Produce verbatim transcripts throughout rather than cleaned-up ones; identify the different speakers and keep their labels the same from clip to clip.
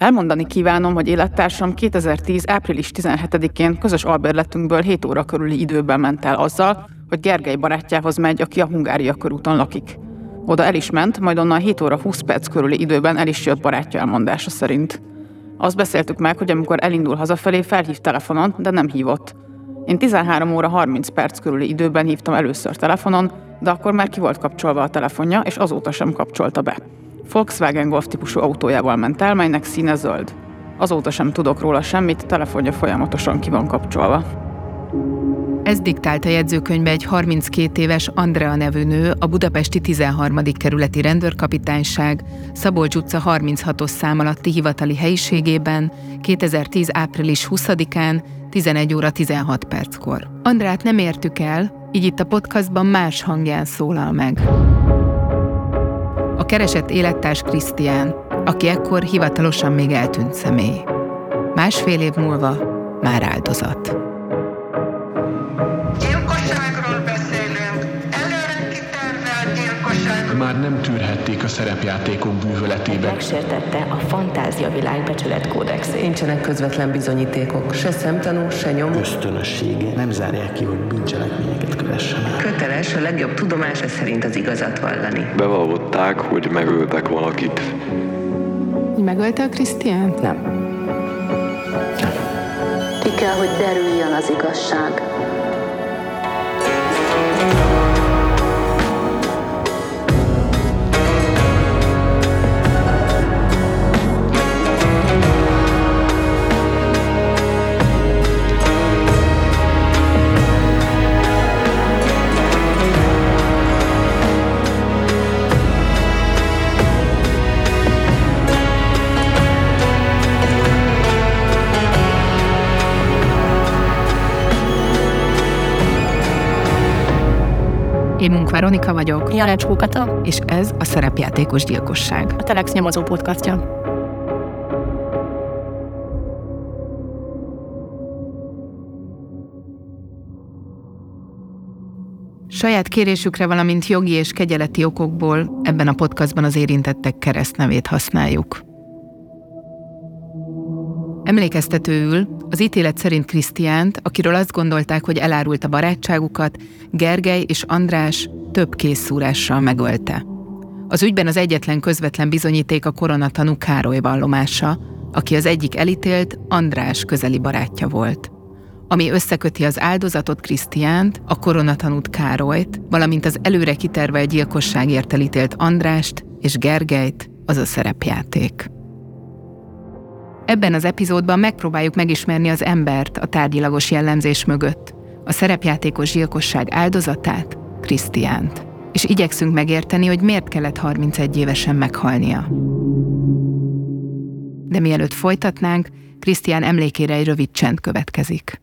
Speaker 1: Elmondani kívánom, hogy élettársam kétezer-tíz április tizenhetedikén közös albérletünkből hét óra körüli időben ment el azzal, hogy Gergely barátjához megy, aki a Hungária körúton lakik. Oda el is ment, majd onnan hét óra húsz perc körüli időben el is jött barátja elmondása szerint. Azt beszéltük meg, hogy amikor elindul hazafelé, felhív telefonon, de nem hívott. Én tizenhárom óra harminc perc körüli időben hívtam először telefonon, de akkor már ki volt kapcsolva a telefonja, és azóta sem kapcsolta be. Volkswagen Golf típusú autójával ment el, melynek színe zöld. Azóta sem tudok róla semmit, telefonja folyamatosan ki van kapcsolva.
Speaker 2: Ez diktált a jegyzőkönyvbe egy harminckét éves Andrea nevű nő, a budapesti tizenharmadik kerületi rendőrkapitányság Szabolcs utca harminchatos szám alatti hivatali helyiségében kétezer-tíz április huszadikán tizenegy óra tizenhat perckor. Andrát nem értük el, így itt a podcastban más hangján szólal meg. A keresett élettárs Krisztián, aki ekkor hivatalosan még eltűnt személy. Másfél év múlva már áldozat.
Speaker 3: Gyilkosságról beszélünk, előre kitervelt gyilkosság.
Speaker 4: Már nem tűrhették a szerepjátékok bűvöletében.
Speaker 5: Megsértette a fantáziavilág becsületkódexét.
Speaker 6: Nincsenek közvetlen bizonyítékok, se szemtanú, se nyom.
Speaker 7: Ösztönössége nem zárják ki, hogy bűncselekményeket kövessenek.
Speaker 6: Köteles a legjobb tudomása szerint az igazat vallani.
Speaker 8: Bevallották, hogy megöltek valakit.
Speaker 2: Megölte a Krisztiánt?
Speaker 6: Nem.
Speaker 5: Ki kell, hogy derüljön az igazság.
Speaker 2: Én Munkvár Ronika vagyok.
Speaker 9: Janecskó Kata.
Speaker 2: És ez a Szerepjátékos gyilkosság.
Speaker 9: A Telex nyomozó podcastja.
Speaker 2: Saját kérésükre, valamint jogi és kegyeleti okokból ebben a podcastban az érintettek keresztnevét használjuk. Emlékeztetőül az ítélet szerint Krisztiánt, akiről azt gondolták, hogy elárulta barátságukat, Gergely és András több kézszúrással megölte. Az ügyben az egyetlen közvetlen bizonyíték a koronatanú Károly vallomása, aki az egyik elítélt, András közeli barátja volt. Ami összeköti az áldozatot Krisztiánt, a koronatanút Károlyt, valamint az előre kitervelt gyilkosságért elítélt Andrást és Gergelyt, az a szerepjáték. Ebben az epizódban megpróbáljuk megismerni az embert a tárgyilagos jellemzés mögött, a szerepjátékos gyilkosság áldozatát, Krisztiánt. És igyekszünk megérteni, hogy miért kellett harmincegy évesen meghalnia. De mielőtt folytatnánk, Krisztián emlékére egy rövid csend következik.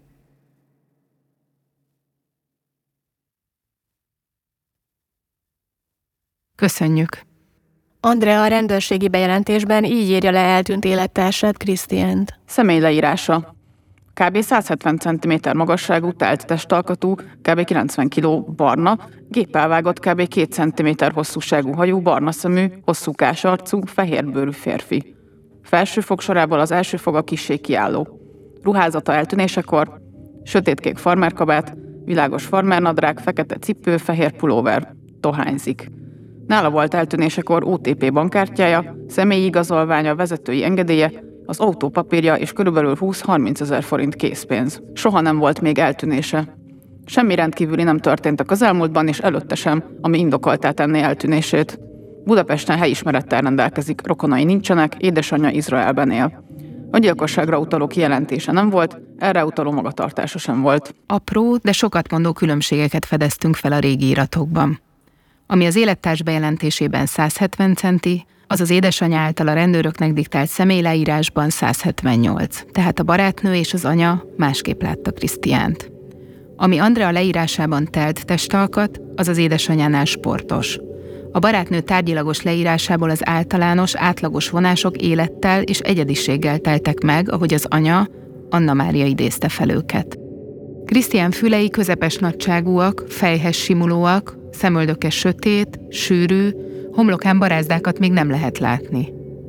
Speaker 2: Köszönjük!
Speaker 9: Andrea a rendőrségi bejelentésben így írja le eltűnt élettársát, Krisztiánt.
Speaker 1: Személy leírása. kb. száz hetven centiméter magasságú, telt testalkatú, kb. kilencven kiló, barna, géppel vágott kb. két centiméter hosszúságú hajú, barna szemű, hosszúkás arcú, fehérbőrű férfi. Felső fogsorából az első foga kissé kiálló. Ruházata eltűnésekor: sötétkék farmerkabát, világos farmernadrág, fekete cipő, fehér pulóver. Dohányzik. Nála volt eltűnésekor o té pé bankkártyája, személyi igazolványa, vezetői engedélye, az autó papírja és körülbelül húsz-harminc ezer forint készpénz. Soha nem volt még eltűnése. Semmi rendkívüli nem történt a közelmúltban és előtte sem, ami indokoltá tenné eltűnését. Budapesten helyismerettel rendelkezik, rokonai nincsenek, édesanyja Izraelben él. A gyilkosságra utaló kijelentése nem volt, erre utaló magatartása sem volt.
Speaker 2: Apró, de sokat mondó különbségeket fedeztünk fel a régi iratokban. Ami az élettárs bejelentésében száz hetven centi, az az édesanyja által a rendőröknek diktált személyleírásban száz hetvennyolc, tehát a barátnő és az anya másképp látta Krisztiánt. Ami Andrea leírásában telt testalkat, az az édesanyjánál sportos. A barátnő tárgyilagos leírásából az általános, átlagos vonások élettel és egyediséggel teltek meg, ahogy az anya, Anna Mária idézte fel őket. Krisztián fülei közepes nagyságúak, fejhez simulóak, szemöldöke sötét, sűrű, homlokán barázdákat még nem lehet látni.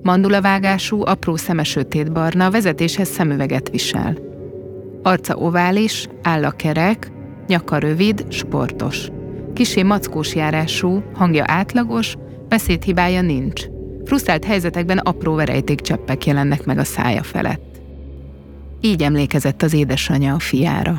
Speaker 2: Mandulavágású, apró szeme sötétbarna, vezetéshez szemüveget visel. Arca ovális, álla kerek, nyaka rövid, sportos. Kissé mackós járású, hangja átlagos, beszédhibája nincs. Frusztrált helyzetekben apró verejtékcseppek jelennek meg a szája felett. Így emlékezett az édesanyja a fiára.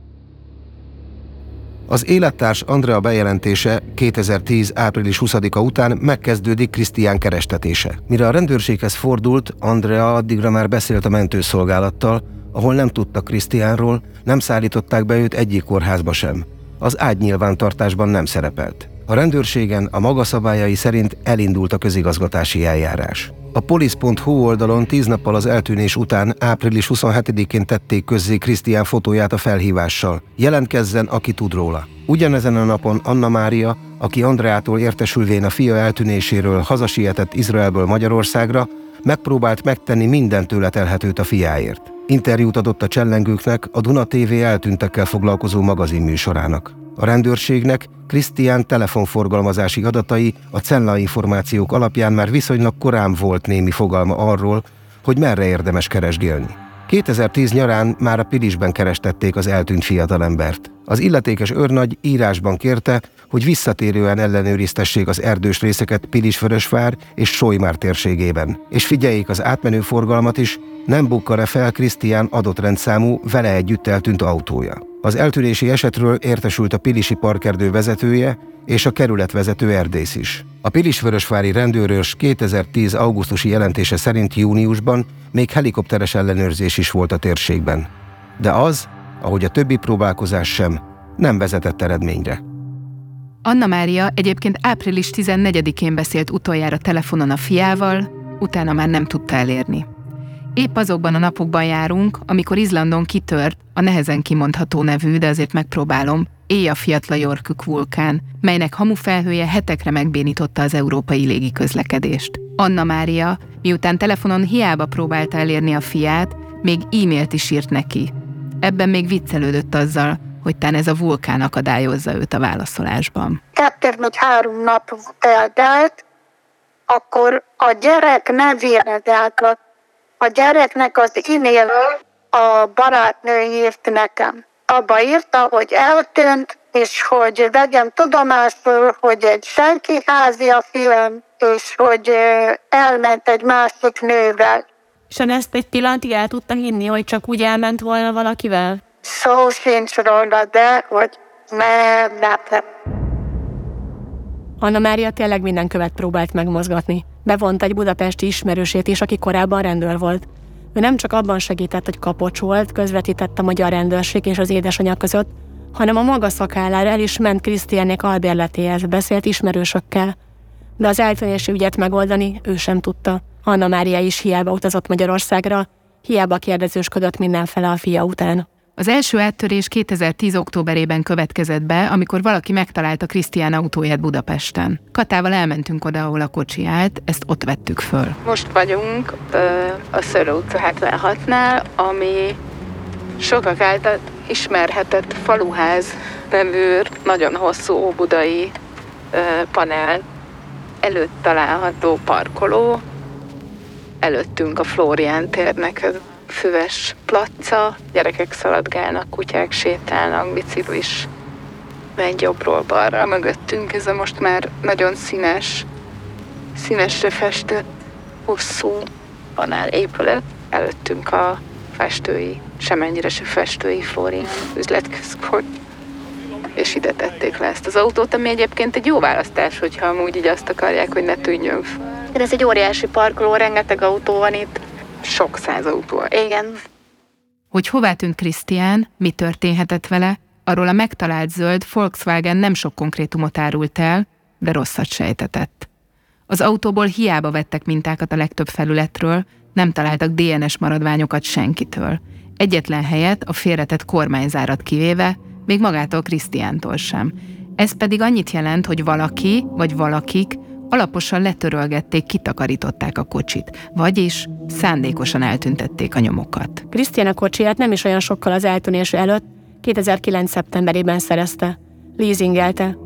Speaker 10: Az élettárs Andrea bejelentése kétezer-tíz április huszadika után megkezdődik Krisztián kerestetése. Mire a rendőrséghez fordult, Andrea addigra már beszélt a mentőszolgálattal, ahol nem tudtak Krisztiánról, nem szállították be őt egyik kórházba sem. Az ágynyilvántartásban nem szerepelt. A rendőrségen a maga szabályai szerint elindult a közigazgatási eljárás. A polisz pont hu oldalon tíz nappal az eltűnés után április huszonhetedikén tették közzé Krisztián fotóját a felhívással. Jelentkezzen, aki tud róla. Ugyanezen a napon Anna Mária, aki Andreától értesülvén a fia eltűnéséről hazasietett Izraelből Magyarországra, megpróbált megtenni minden tőle telhetőt a fiáért. Interjút adott a Csellengőknek, a Duna té vé eltűntekkel foglalkozó magazinműsorának. A rendőrségnek Krisztián telefonforgalmazási adatai, a Cella információk alapján már viszonylag korán volt némi fogalma arról, hogy merre érdemes keresgélni. kétezer-tíz nyarán már a Pilisben kerestették az eltűnt fiatalembert. Az illetékes őrnagy írásban kérte, hogy visszatérően ellenőriztessék az erdős részeket Pilis-Vörösvár és Solymár térségében, és figyeljék az átmenő forgalmat is, nem bukkan-e fel Krisztián adott rendszámú, vele együtt eltűnt autója. Az eltűnési esetről értesült a pilisi parkerdő vezetője és a kerületvezető erdész is. A pilis-vörösvári rendőrőrs kétezer-tíz augusztusi jelentése szerint júniusban még helikopteres ellenőrzés is volt a térségben. De az, ahogy a többi próbálkozás sem, nem vezetett eredményre.
Speaker 2: Anna Mária egyébként április tizennegyedikén beszélt utoljára telefonon a fiával, utána már nem tudta elérni. Épp azokban a napokban járunk, amikor Izlandon kitört a nehezen kimondható nevű, de azért megpróbálom, Eyjafjallajökull vulkán, melynek hamufelhője hetekre megbénította az európai légiközlekedést. Anna Mária, miután telefonon hiába próbálta elérni a fiát, még e-mailt is írt neki. Ebben még viccelődött azzal, hogy tán ez a vulkán akadályozza őt a válaszolásban.
Speaker 3: Kettő vagy három nap eltelt, akkor a gyerek nevére delt. A gyereknek az e-mail a barátnő írt nekem. Abba írta, hogy eltűnt, és hogy vegyem tudomásul, hogy egy senki házi a fiam, és hogy elment egy másik nővel.
Speaker 9: És ezt egy pillanatig el tudta hinni, hogy csak úgy elment volna valakivel?
Speaker 3: Szó sincs róla, de hogy nem, nem, nem.
Speaker 9: Anna Mária tényleg minden követ próbált megmozgatni. Bevont egy budapesti ismerősét is, aki korábban rendőr volt. Ő nem csak abban segített, hogy kapocs volt, közvetített a magyar rendőrség és az édesanyja között, hanem a maga szakállára el is ment Krisztiánnék albérletéhez, beszélt ismerősökkel. De az eltűnési ügyet megoldani ő sem tudta. Anna Mária is hiába utazott Magyarországra, hiába kérdezősködött mindenfele a fia után.
Speaker 2: Az első áttörés kétezer-tíz októberében következett be, amikor valaki megtalálta Krisztián autóját Budapesten. Katával elmentünk oda, ahol a kocsi állt, ezt ott vettük föl.
Speaker 1: Most vagyunk ö, a Szőlő utca hetvenhatnál, ami sokak által ismerhetett faluház nevű nagyon hosszú óbudai ö, panel előtt található parkoló. Előttünk a Flórián térnek füves placca, gyerekek szaladgálnak, kutyák sétálnak, biciklis megy jobbról balra. Mögöttünk ez a most már nagyon színes, színesre festett, hosszú panel épület. Előttünk a festői, semennyire se festői Flórián üzletközpont, és ide tették le ezt az autót, ami egyébként egy jó választás, hogyha amúgy így azt akarják, hogy ne tűnjön fel. Ez egy óriási parkoló, rengeteg autó van itt. Sok száz autó. Igen.
Speaker 2: Hogy hová tűnt Krisztián, mi történhetett vele, arról a megtalált zöld Volkswagen nem sok konkrétumot árult el, de rosszat sejtetett. Az autóból hiába vettek mintákat a legtöbb felületről, nem találtak dé en es maradványokat senkitől. Egyetlen helyet, a félretett kormányzárat kivéve, még magától Krisztiántól sem. Ez pedig annyit jelent, hogy valaki vagy valakik alaposan letörölgették, kitakarították a kocsit, vagyis szándékosan eltüntették a nyomokat.
Speaker 9: Krisztián a kocsiját nem is olyan sokkal az eltűnés előtt, kétezer-kilenc szeptemberében szerezte. Leasingelte.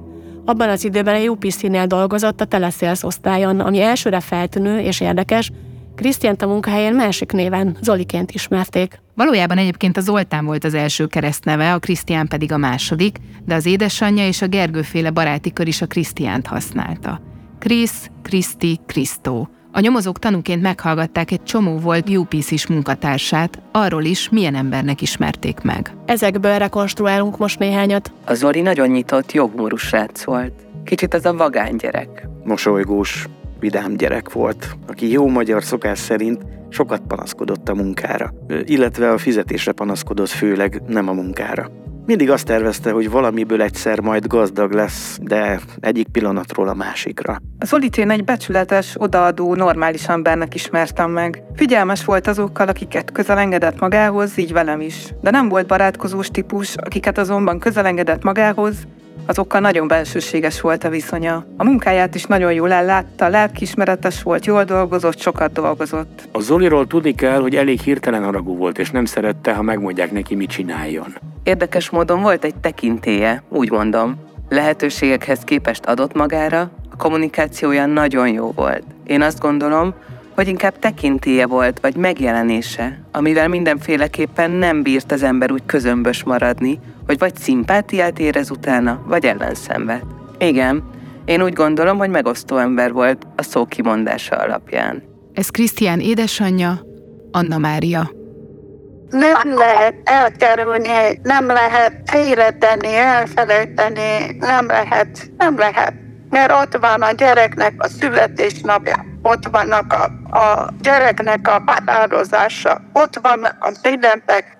Speaker 9: Abban az időben a U P C-nél dolgozott a teleszélsz osztályon, ami elsőre feltűnő és érdekes. Krisztiánt a munkahelyén másik néven, Zoliként ismerték.
Speaker 2: Valójában egyébként a Zoltán volt az első keresztneve, a Krisztián pedig a második, de az édesanyja és a Gergőféle baráti kör is a Krisztiánt használta. Krisz, Kriszti, Krisztó. A nyomozók tanúként meghallgatták egy csomó volt U P C-s munkatársát, arról is, milyen embernek ismerték meg.
Speaker 9: Ezekből rekonstruálunk most néhányat.
Speaker 6: A Zoli nagyon nyitott, jóhumorú srác volt. Kicsit az a vagány gyerek.
Speaker 7: Mosolygós, vidám gyerek volt, aki jó magyar szokás szerint sokat panaszkodott a munkára, illetve a fizetésre panaszkodott, főleg nem a munkára. Mindig azt tervezte, hogy valamiből egyszer majd gazdag lesz, de egyik pillanatról a másikra.
Speaker 11: A Zolit én egy becsületes, odaadó, normális embernek ismertem meg. Figyelmes volt azokkal, akiket közelengedett magához, így velem is. De nem volt barátkozós típus, akiket azonban közelengedett magához, azokkal nagyon belsőséges volt a viszonya. A munkáját is nagyon jól ellátta, lelkiismeretes volt, jól dolgozott, sokat dolgozott.
Speaker 12: A Zoliról tudni kell, hogy elég hirtelen haragú volt, és nem szerette, ha megmondják neki, mit csináljon.
Speaker 6: Érdekes módon volt egy tekintélye, úgy mondom. Lehetőségekhez képest adott magára, a kommunikációja nagyon jó volt. Én azt gondolom, hogy inkább tekintélye volt, vagy megjelenése, amivel mindenféleképpen nem bírt az ember úgy közömbös maradni, hogy vagy szimpátiát érez utána, vagy ellenszenvet. Igen, én úgy gondolom, hogy megosztó ember volt a szó kimondása alapján.
Speaker 2: Ez Krisztián édesanyja, Anna Mária.
Speaker 3: Nem lehet elkerülni, nem lehet félretenni, elfelejteni, nem lehet, nem lehet. Mert ott van a gyereknek a születésnapja, ott vannak a, a gyereknek a határozása, ott vannak a ünnepek.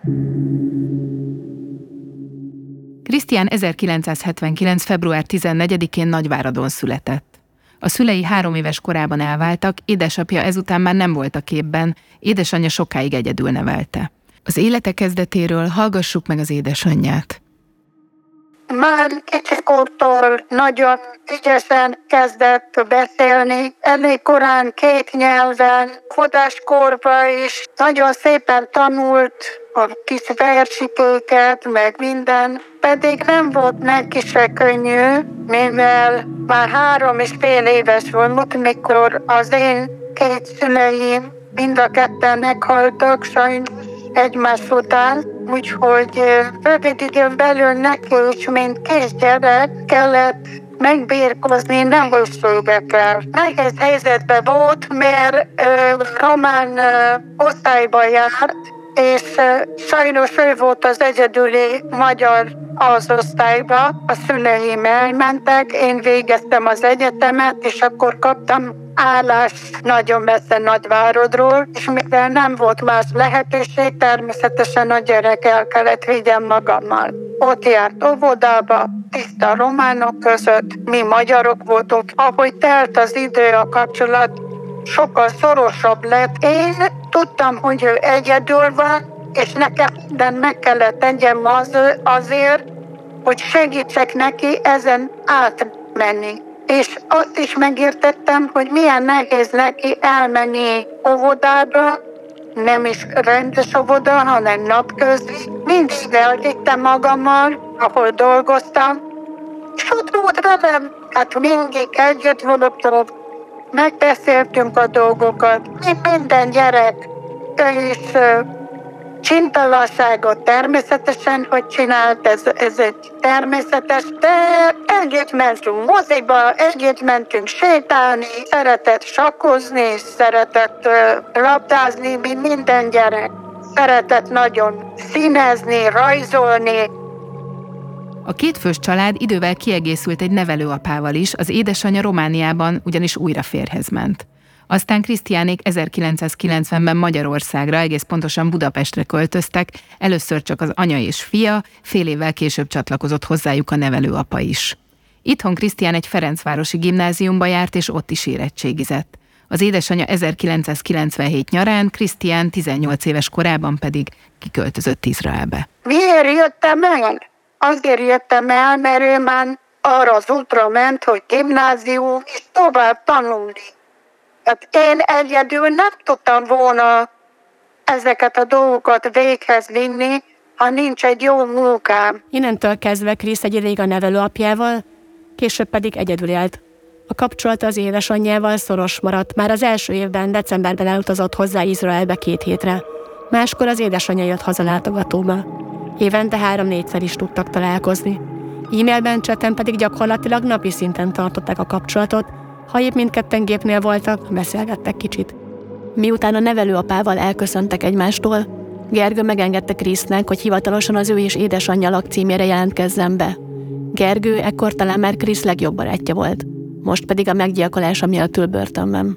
Speaker 2: Krisztián ezerkilencszázhetvenkilenc. február tizennegyedikén Nagyváradon született. A szülei három éves korában elváltak, édesapja ezután már nem volt a képben, édesanyja sokáig egyedül nevelte. Az élete kezdetéről hallgassuk meg az édesanyját.
Speaker 3: Már kicsikortól nagyon ügyesen kezdett beszélni, elég korán két nyelven, kodáskorban is nagyon szépen tanult a kis versikéket, meg minden, pedig nem volt neki se könnyű, mivel már három és fél éves volt, mikor az én két szüleim mind a ketten meghaltak sajnos egymás után, úgyhogy rövid időn belül neki is, mint kisgyerek kellett megbírkozni, nem hosszúbekkel. Nehéz helyzetben volt, mert ö, román ö, osztályba járt, és ö, sajnos ő volt az egyedüli magyar az osztályba. A szüleim elmentek, én végeztem az egyetemet, és akkor kaptam állást nagyon messze Nagyváradról, és mivel nem volt más lehetőség, természetesen a gyerek el kellett vigyem magammal. Ott járt óvodába, tiszta románok között, mi magyarok voltunk. Ahogy telt az idő, a kapcsolat sokkal szorosabb lett. Én tudtam, hogy ő egyedül van, és nekem minden meg kellett tegyem az, azért, hogy segítsek neki ezen átmenni. És azt is megértettem, hogy milyen nehéz neki elmenni óvodába, nem is rendes óvoda, hanem napközi. Mindig elvittem magammal, ahol dolgoztam, és ott volt velem. Hát mindig együtt voltunk, megbeszéltünk a dolgokat, mint minden gyerek. Ő is csintalanságot természetesen, hogy csinált, ez, ez egy természetes, de együtt mentünk moziba, együtt mentünk sétálni, szeretett sakkozni, szeretett uh, labdázni, mint minden gyerek. Szeretett nagyon színezni, rajzolni.
Speaker 2: A kétfős család idővel kiegészült egy nevelőapával is, az édesanyja Romániában ugyanis újra férjhez ment. Aztán Krisztiánék ezerkilencszázkilencvenben Magyarországra, egész pontosan Budapestre költöztek, először csak az anya és fia, fél évvel később csatlakozott hozzájuk a nevelőapa is. Itthon Krisztián egy ferencvárosi gimnáziumba járt, és ott is érettségizett. Az édesanyja ezerkilencszázkilencvenhét nyarán, Krisztián tizennyolc éves korában pedig kiköltözött Izraelbe.
Speaker 3: Miért jöttem el? Azért jöttem el, mert ő már arra az útra ment, hogy gimnázium, és tovább tanulni. Hát én egyedül nem tudtam volna ezeket a dolgokat véghez vinni, ha nincs egy jó munkám.
Speaker 9: Innentől kezdve Krisz egy ideig a nevelőapjával, később pedig egyedül élt. A kapcsolata az édesanyjával szoros maradt, már az első évben, decemberben elutazott hozzá Izraelbe két hétre. Máskor az édesanyja jött haza látogatóba. Évente három-négyszer is tudtak találkozni. E-mailben, chaten pedig gyakorlatilag napi szinten tartották a kapcsolatot, ha épp mindketten gépnél voltak, beszélgettek kicsit. Miután a nevelőapával elköszöntek egymástól, Gergő megengedte Krisznek, hogy hivatalosan az ő és édesanyja lakcímére jelentkezzen be. Gergő ekkor talán már Krisz legjobb barátja volt, most pedig a meggyilkolása miatt ül börtönben.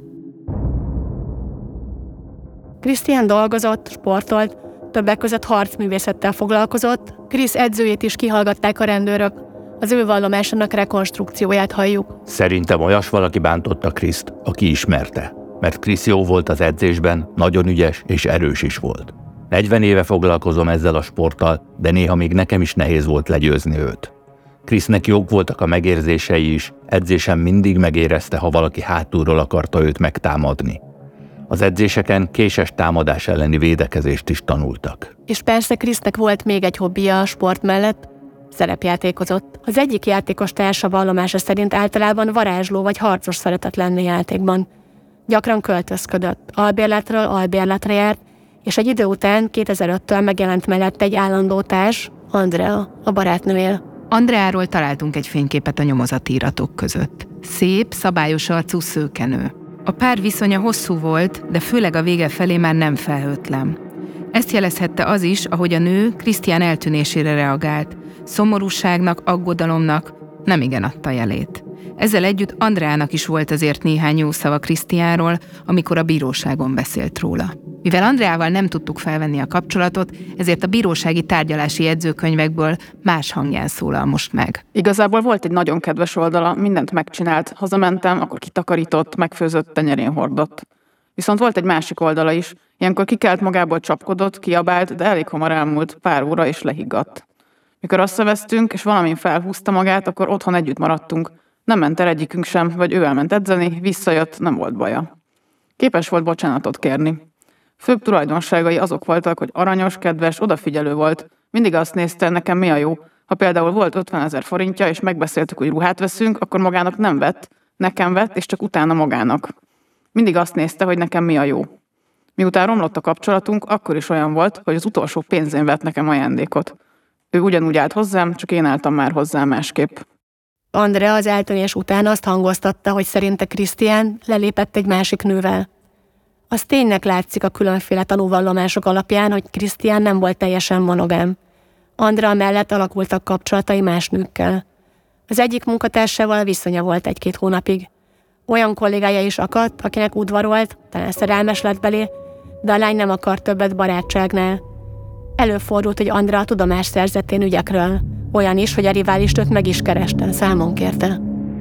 Speaker 9: Krisztián dolgozott, sportolt, többek között harcművészettel foglalkozott, Krisz edzőjét is kihallgatták a rendőrök, az ő vallomásának rekonstrukcióját halljuk.
Speaker 13: Szerintem olyas valaki bántotta Kriszt, aki ismerte, mert Krisz jó volt az edzésben, nagyon ügyes és erős is volt. negyven éve foglalkozom ezzel a sporttal, de néha még nekem is nehéz volt legyőzni őt. Krisznek jók voltak a megérzései is, edzésen mindig megérezte, ha valaki hátulról akarta őt megtámadni. Az edzéseken késes támadás elleni védekezést is tanultak.
Speaker 9: És persze Krisznek volt még egy hobbija a sport mellett, szerepjátékozott. Az egyik játékos társa vallomása szerint általában varázsló vagy harcos szeretett lenni játékban. Gyakran költözködött, albérletről albérletre járt, és egy idő után kétezer-öttől megjelent mellett egy állandó társ, Andrea, a barátnője.
Speaker 2: Andreáról találtunk egy fényképet a nyomozati iratok között. Szép, szabályos arcú szőkenő. A pár viszonya hosszú volt, de főleg a vége felé már nem felhőtlen. Ezt jelezhette az is, ahogy a nő Krisztián eltűnésére reagált. Szomorúságnak, aggodalomnak nemigen adta jelét. Ezzel együtt Andreának is volt azért néhány jó szava Krisztiánról, amikor a bíróságon beszélt róla. Mivel Andreával nem tudtuk felvenni a kapcsolatot, ezért a bírósági tárgyalási jegyzőkönyvekből más hangján szólal most meg.
Speaker 1: Igazából volt egy nagyon kedves oldala, mindent megcsinált, hazamentem, akkor kitakarított, megfőzött, tenyerén hordott. Viszont volt egy másik oldala is, ilyenkor kikelt magából, csapkodott, kiabált, de elég hamar elmúlt, pár óra és lehiggadt. Mikor összevesztünk, és valamin felhúzta magát, akkor otthon együtt maradtunk. Nem ment el egyikünk sem, vagy ő elment edzeni, visszajött, nem volt baja. Képes volt bocsánatot kérni. Főbb tulajdonságai azok voltak, hogy aranyos, kedves, odafigyelő volt. Mindig azt nézte, nekem mi a jó. Ha például volt ötvenezer forintja, és megbeszéltük, hogy ruhát veszünk, akkor magának nem vett, nekem vett, és csak utána magának. Mindig azt nézte, hogy nekem mi a jó. Miután romlott a kapcsolatunk, akkor is olyan volt, hogy az utolsó pénzén vett nekem ajándékot. Ő ugyanúgy állt hozzám, csak én álltam már hozzá másképp.
Speaker 9: Andrea az eltűnés után azt hangoztatta, hogy szerinte Krisztián lelépett egy másik nővel. Az ténynek látszik a különféle tanúvallomások alapján, hogy Krisztián nem volt teljesen monogám. Andrea mellett alakultak kapcsolatai más nőkkel. Az egyik munkatársával viszonya volt egy-két hónapig. Olyan kollégája is akadt, akinek udvarolt, talán szerelmes lett belé, de a lány nem akart többet barátságnál. Előfordult, hogy Andrea tudomást szerzett én ügyekről. Olyan is, hogy a riválist őt meg is kereste, számon kérte.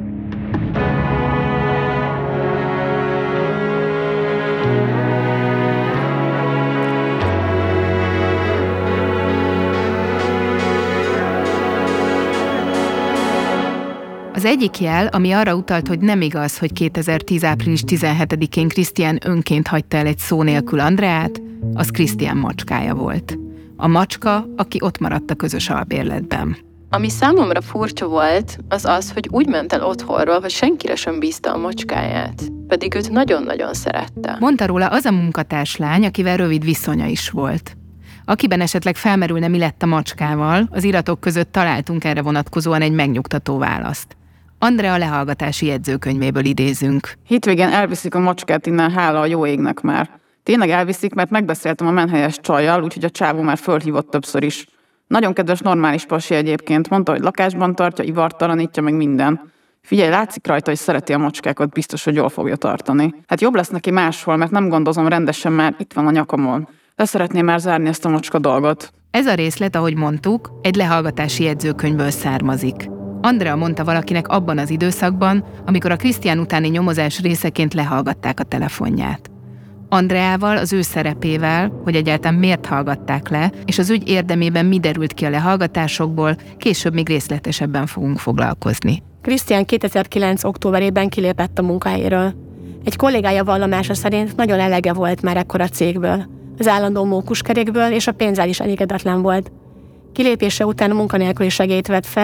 Speaker 2: Az egyik jel, ami arra utalt, hogy nem igaz, hogy kétezer-tíz április tizenhetedikén Krisztián önként hagyta el egy szó nélkül Andreát, az Krisztián macskája volt. A macska, aki ott maradt a közös albérletben.
Speaker 5: Ami számomra furcsa volt, az az, hogy úgy ment el otthonról, hogy senkire sem bízta a macskáját, pedig őt nagyon-nagyon szerette.
Speaker 2: Mondta róla az a munkatárslány, akivel rövid viszonya is volt. Akiben esetleg felmerülne, mi lett a macskával, az iratok között találtunk erre vonatkozóan egy megnyugtató választ. Andrea lehallgatási jegyzőkönyvéből idézünk.
Speaker 1: Hétvégén elviszik a macskát innen, hála a jó égnek már. Tényleg elviszik, mert megbeszéltem a menhelyes csajjal, úgyhogy a csávó már fölhívott többször is. Nagyon kedves, normális pasi egyébként, mondta, hogy lakásban tartja, ivartalanítja, meg minden. Figyelj, látszik rajta, hogy szereti a macskákat, biztos, hogy jól fogja tartani. Hát jobb lesz neki máshol, mert nem gondozom rendesen, már itt van a nyakamon. Le szeretném már zárni ezt a macska dolgot.
Speaker 2: Ez a részlet, ahogy mondtuk, egy lehallgatási jegyzőkönyvből származik. Andrea mondta valakinek abban az időszakban, amikor a Krisztián utáni nyomozás részeként lehallgatták a telefonját. Andreával, az ő szerepével, hogy egyáltalán miért hallgatták le, és az ügy érdemében mi derült ki a lehallgatásokból, később még részletesebben fogunk foglalkozni.
Speaker 9: Krisztián kétezer-kilenc októberében kilépett a munkahelyéről. Egy kollégája vallomása szerint nagyon elege volt már ekkor a cégből, az állandó mókuskerékből, és a pénzzel is elégedetlen volt. Kilépése után munkanélküli segélyt vett fel,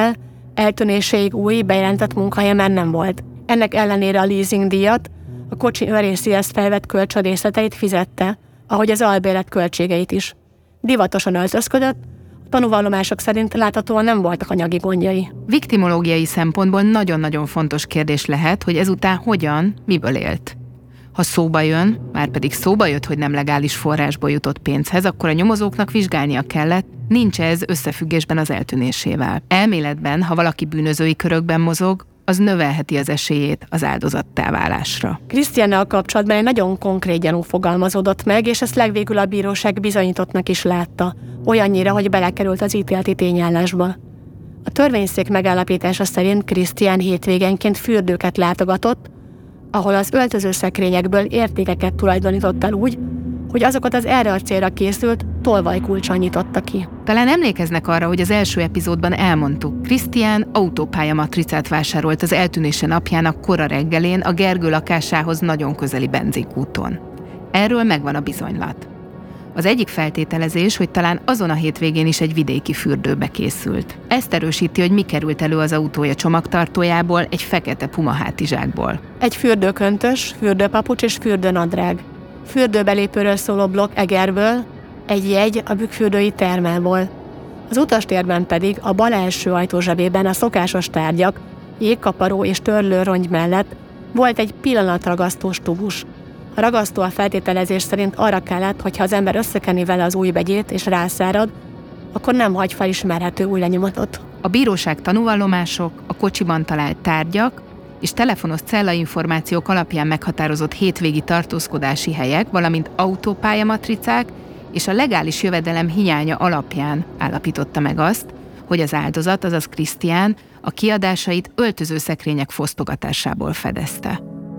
Speaker 9: Eltűnéséig új, bejelentett munkahelye már nem volt. Ennek ellenére a leasingdíjat, a kocsi őrészéhez felvett kölcsönrészleteit fizette, ahogy az albérlet költségeit is. Divatosan öltözködött, a tanúvallomások szerint láthatóan nem voltak anyagi gondjai.
Speaker 2: Viktimológiai szempontból nagyon-nagyon fontos kérdés lehet, hogy ezután hogyan, miből élt. Ha szóba jön, már pedig szóba jött, hogy nem legális forrásból jutott pénzhez, akkor a nyomozóknak vizsgálnia kellett, nincs ez összefüggésben az eltűnésével. Elméletben, ha valaki bűnözői körökben mozog, az növelheti az esélyét az áldozattá válásra.
Speaker 9: Krisztiánnal kapcsolatban egy nagyon konkrét gyanú fogalmazódott meg, és ezt legvégül a bíróság bizonyítottnak is látta, olyannyira, hogy belekerült az ítéleti tényállásba. A törvényszék megállapítása szerint Krisztián hétvégenként fürdőket látogatott, ahol az öltözőszekrényekből értékeket tulajdonított el úgy, hogy azokat az erre a célra készült tolvajkulccsal nyitotta ki.
Speaker 2: Talán emlékeznek arra, hogy az első epizódban elmondtuk, Krisztián autópályamatricát vásárolt az eltűnése napjának kora reggelén a Gergő lakásához nagyon közeli benzinkúton. Erről megvan a bizonylat. Az egyik feltételezés, hogy talán azon a hétvégén is egy vidéki fürdőbe készült. Ezt erősíti, hogy mi került elő az autója csomagtartójából, egy fekete puma hátizsákból.
Speaker 9: Egy fürdőköntös, fürdőpapucs és fürdőnadrág. Fürdőbelépőről szóló blokk Egerből, egy jegy a bükkfürdői termálból. Az utastérben pedig a bal első ajtó zsebében a szokásos tárgyak, jégkaparó és törlőrongy mellett volt egy pillanatragasztós tubus. A ragasztó a feltételezés szerint arra kellett, hogyha az ember összekeni vele az ujjbegyét és rászárad, akkor nem hagy felismerhető új lenyomatot.
Speaker 2: A bíróság tanúvallomások, a kocsiban talált tárgyak és telefonos cellainformációk alapján meghatározott hétvégi tartózkodási helyek, valamint autópályamatricák és a legális jövedelem hiánya alapján állapította meg azt, hogy az áldozat, azaz Krisztián, a kiadásait öltözőszekrények fosztogatásából fedezte.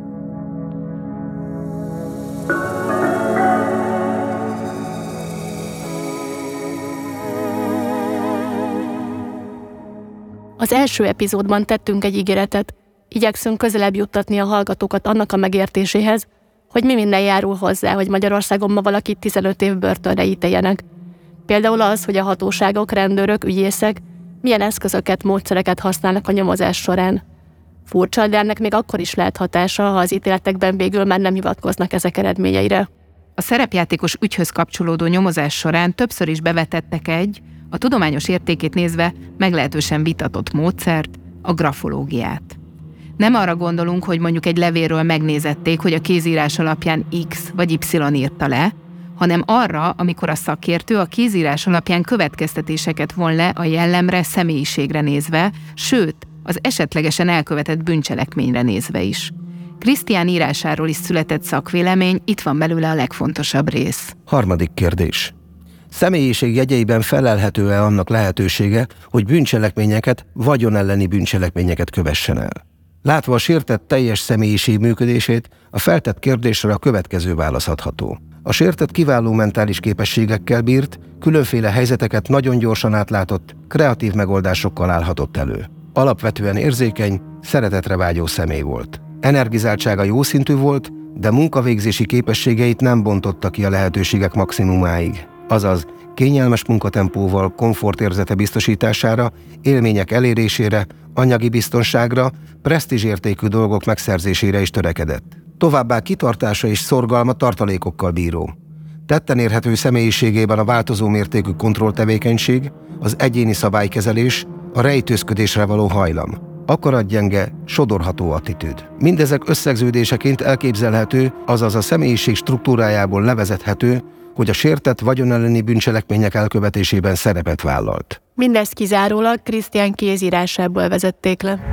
Speaker 9: Az első epizódban tettünk egy ígéretet, igyekszünk közelebb juttatni a hallgatókat annak a megértéséhez, hogy mi minden járul hozzá, hogy Magyarországon ma valakit tizenöt év börtönre ítéljenek. Például az, hogy a hatóságok, rendőrök, ügyészek milyen eszközöket, módszereket használnak a nyomozás során. Furcsa, de ennek még akkor is lehet hatása, ha az ítéletekben végül már nem hivatkoznak ezek eredményeire.
Speaker 2: A szerepjátékos ügyhöz kapcsolódó nyomozás során többször is bevetettek egy, a tudományos értékét nézve meglehetősen vitatott módszert, a grafológiát. Nem arra gondolunk, hogy mondjuk egy levélről megnézették, hogy a kézírás alapján X vagy Y írta le, hanem arra, amikor a szakértő a kézírás alapján következtetéseket von le a jellemre, személyiségre nézve, sőt, az esetlegesen elkövetett bűncselekményre nézve is. Krisztián írásáról is született szakvélemény, itt van belőle a legfontosabb rész.
Speaker 10: Harmadik kérdés. Személyiség jegyeiben felelhető-e annak lehetősége, hogy bűncselekményeket, vagyon elleni bűncselekményeket kövessen el? Látva a sértett teljes személyiség működését, a feltett kérdésre a következő válasz adható. A sértett kiváló mentális képességekkel bírt, különféle helyzeteket nagyon gyorsan átlátott, kreatív megoldásokkal állhatott elő. Alapvetően érzékeny, szeretetre vágyó személy volt. Energizáltsága jó szintű volt, de munkavégzési képességeit nem bontotta ki a lehetőségek maximumáig. Azaz, kényelmes munkatempóval, komfortérzete biztosítására, élmények elérésére, anyagi biztonságra, presztízsértékű dolgok megszerzésére is törekedett. Továbbá kitartása és szorgalma tartalékokkal bíró. Tetten érhető személyiségében a változó mértékű kontrolltevékenység, az egyéni szabálykezelés, a rejtőzködésre való hajlam, akaratgyenge, sodorható attitűd. Mindezek összegződéseként elképzelhető, azaz a személyiség struktúrájából levezethető, hogy a sértett vagyonelleni bűncselekmények elkövetésében szerepet vállalt.
Speaker 9: Mindezt kizárólag Krisztián kézírásából vezették le.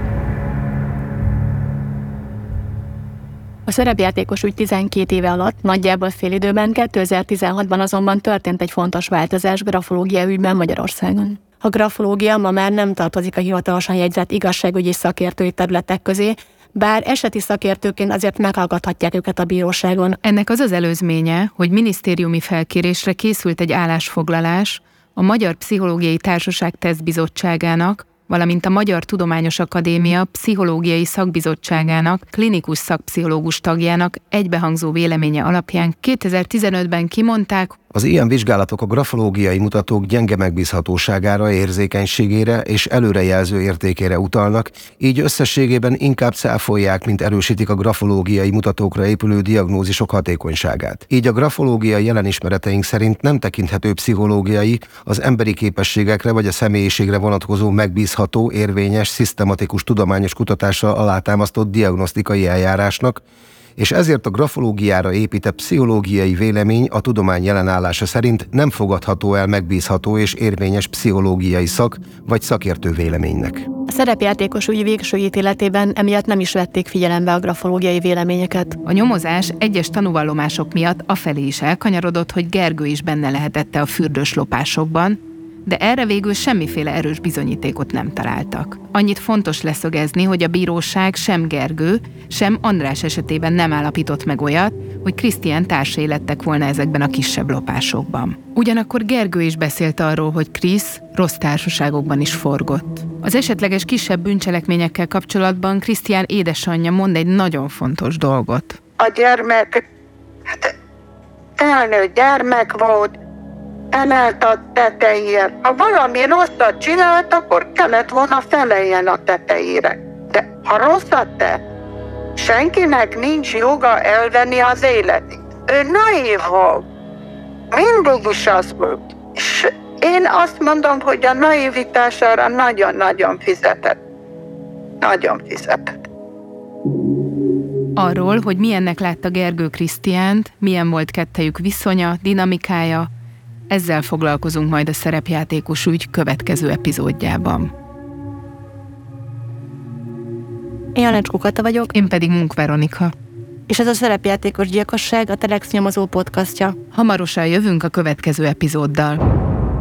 Speaker 9: A szerepjátékos ügy tizenkét éve alatt, nagyjából fél időben, kétezer-tizenhatban azonban történt egy fontos változás grafológia ügyben Magyarországon. A grafológia ma már nem tartozik a hivatalosan jegyzett igazságügyi szakértői területek közé, bár eseti szakértőként azért meghallgathatják őket a bíróságon.
Speaker 2: Ennek az az előzménye, hogy minisztériumi felkérésre készült egy állásfoglalás a Magyar Pszichológiai Társaság Tesztbizottságának, valamint a Magyar Tudományos Akadémia Pszichológiai Szakbizottságának, klinikus szakpszichológus tagjának egybehangzó véleménye alapján kétezer-tizenötben kimondták,
Speaker 10: Az ilyen vizsgálatok a grafológiai mutatók gyenge megbízhatóságára, érzékenységére és előrejelző értékére utalnak, így összességében inkább cáfolják, mint erősítik a grafológiai mutatókra épülő diagnózisok hatékonyságát. Így a grafológia jelen ismereteink szerint nem tekinthető pszichológiai, az emberi képességekre vagy a személyiségre vonatkozó megbízható, érvényes, szisztematikus tudományos kutatással alátámasztott diagnosztikai eljárásnak, és ezért a grafológiára épített pszichológiai vélemény a tudomány jelenállása szerint nem fogadható el megbízható és érvényes pszichológiai szak vagy szakértő véleménynek.
Speaker 9: A szerepjátékos ügy végső ítéletében emiatt nem is vették figyelembe a grafológiai véleményeket.
Speaker 2: A nyomozás egyes tanúvallomások miatt afelé is elkanyarodott, hogy Gergő is benne lehetette a fürdős lopásokban, de erre végül semmiféle erős bizonyítékot nem találtak. Annyit fontos leszögezni, hogy a bíróság sem Gergő, sem András esetében nem állapított meg olyat, hogy Krisztián társai lettek volna ezekben a kisebb lopásokban. Ugyanakkor Gergő is beszélt arról, hogy Krisz rossz társaságokban is forgott. Az esetleges kisebb bűncselekményekkel kapcsolatban Krisztián édesanyja mond egy nagyon fontos dolgot.
Speaker 3: A gyermek, hát felnőtt gyermek volt, emelt a tetejére. Ha valami rosszat csinált, akkor kellett volna feleljen a tetejére. De ha rosszat tett, senkinek nincs joga elvenni az életét. Ő naív volt. Mindig is az volt. És én azt mondom, hogy a naivitására nagyon-nagyon fizetett. Nagyon fizetett.
Speaker 2: Arról, hogy milyennek látta Gergő Krisztiánt, milyen volt kettejük viszonya, dinamikája, ezzel foglalkozunk majd a szerepjátékos ügy következő epizódjában.
Speaker 9: Én Janecskó Kata vagyok.
Speaker 2: Én pedig Munk Veronika.
Speaker 9: És ez a Szerepjátékos Gyilkosság, a Telex nyomozó podcastja.
Speaker 2: Hamarosan jövünk a következő epizóddal.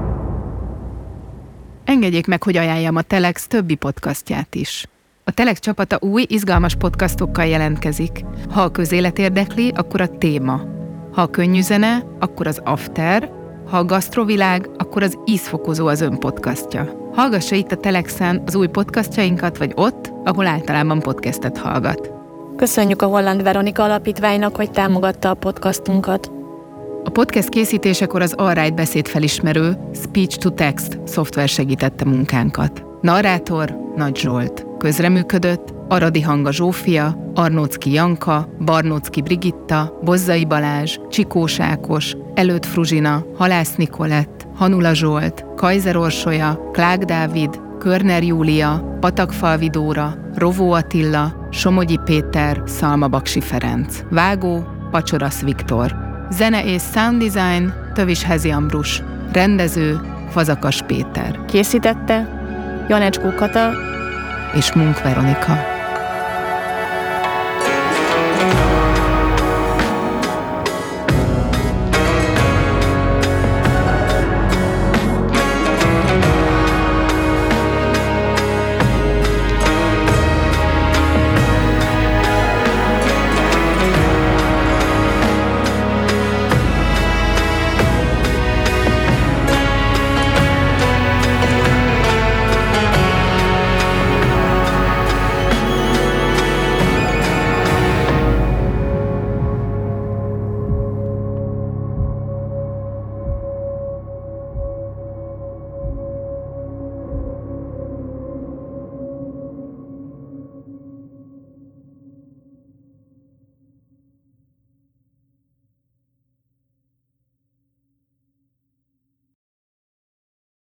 Speaker 2: Engedjék meg, hogy ajánljam a Telex többi podcastját is. A Telex csapata új, izgalmas podcastokkal jelentkezik. Ha a közélet érdekli, akkor a Téma. Ha a könnyű zene, akkor az After. Ha a gasztrovilág, akkor az Ízfokozó az ön podcastja. Hallgassa itt a Telexen az új podcastjainkat, vagy ott, ahol általában podcastet hallgat.
Speaker 9: Köszönjük a Holland Veronika Alapítványnak, hogy támogatta a podcastunkat.
Speaker 2: A podcast készítésekor az Alright beszédfelismerő Speech to Text szoftver segítette munkánkat. Narrátor Nagy Zsolt. Közreműködött Aradi Hanga Zsófia, Arnóczki Janka, Barnóczki Brigitta, Bozzai Balázs, Csikós Ákos, Előtt Fruzsina, Halász Nikolett, Hanula Zsolt, Kajzer Orsolya, Klák Dávid, Körner Júlia, Patakfalvi Dóra, Rovó Attila, Somogyi Péter, Szalma Baksi Ferenc. Vágó Pacsorasz Viktor. Zene és sound design Tövis Hezi Ambrus. Rendező Fazakas Péter.
Speaker 9: Készítette Janecskó Kata
Speaker 2: és Munk Veronika.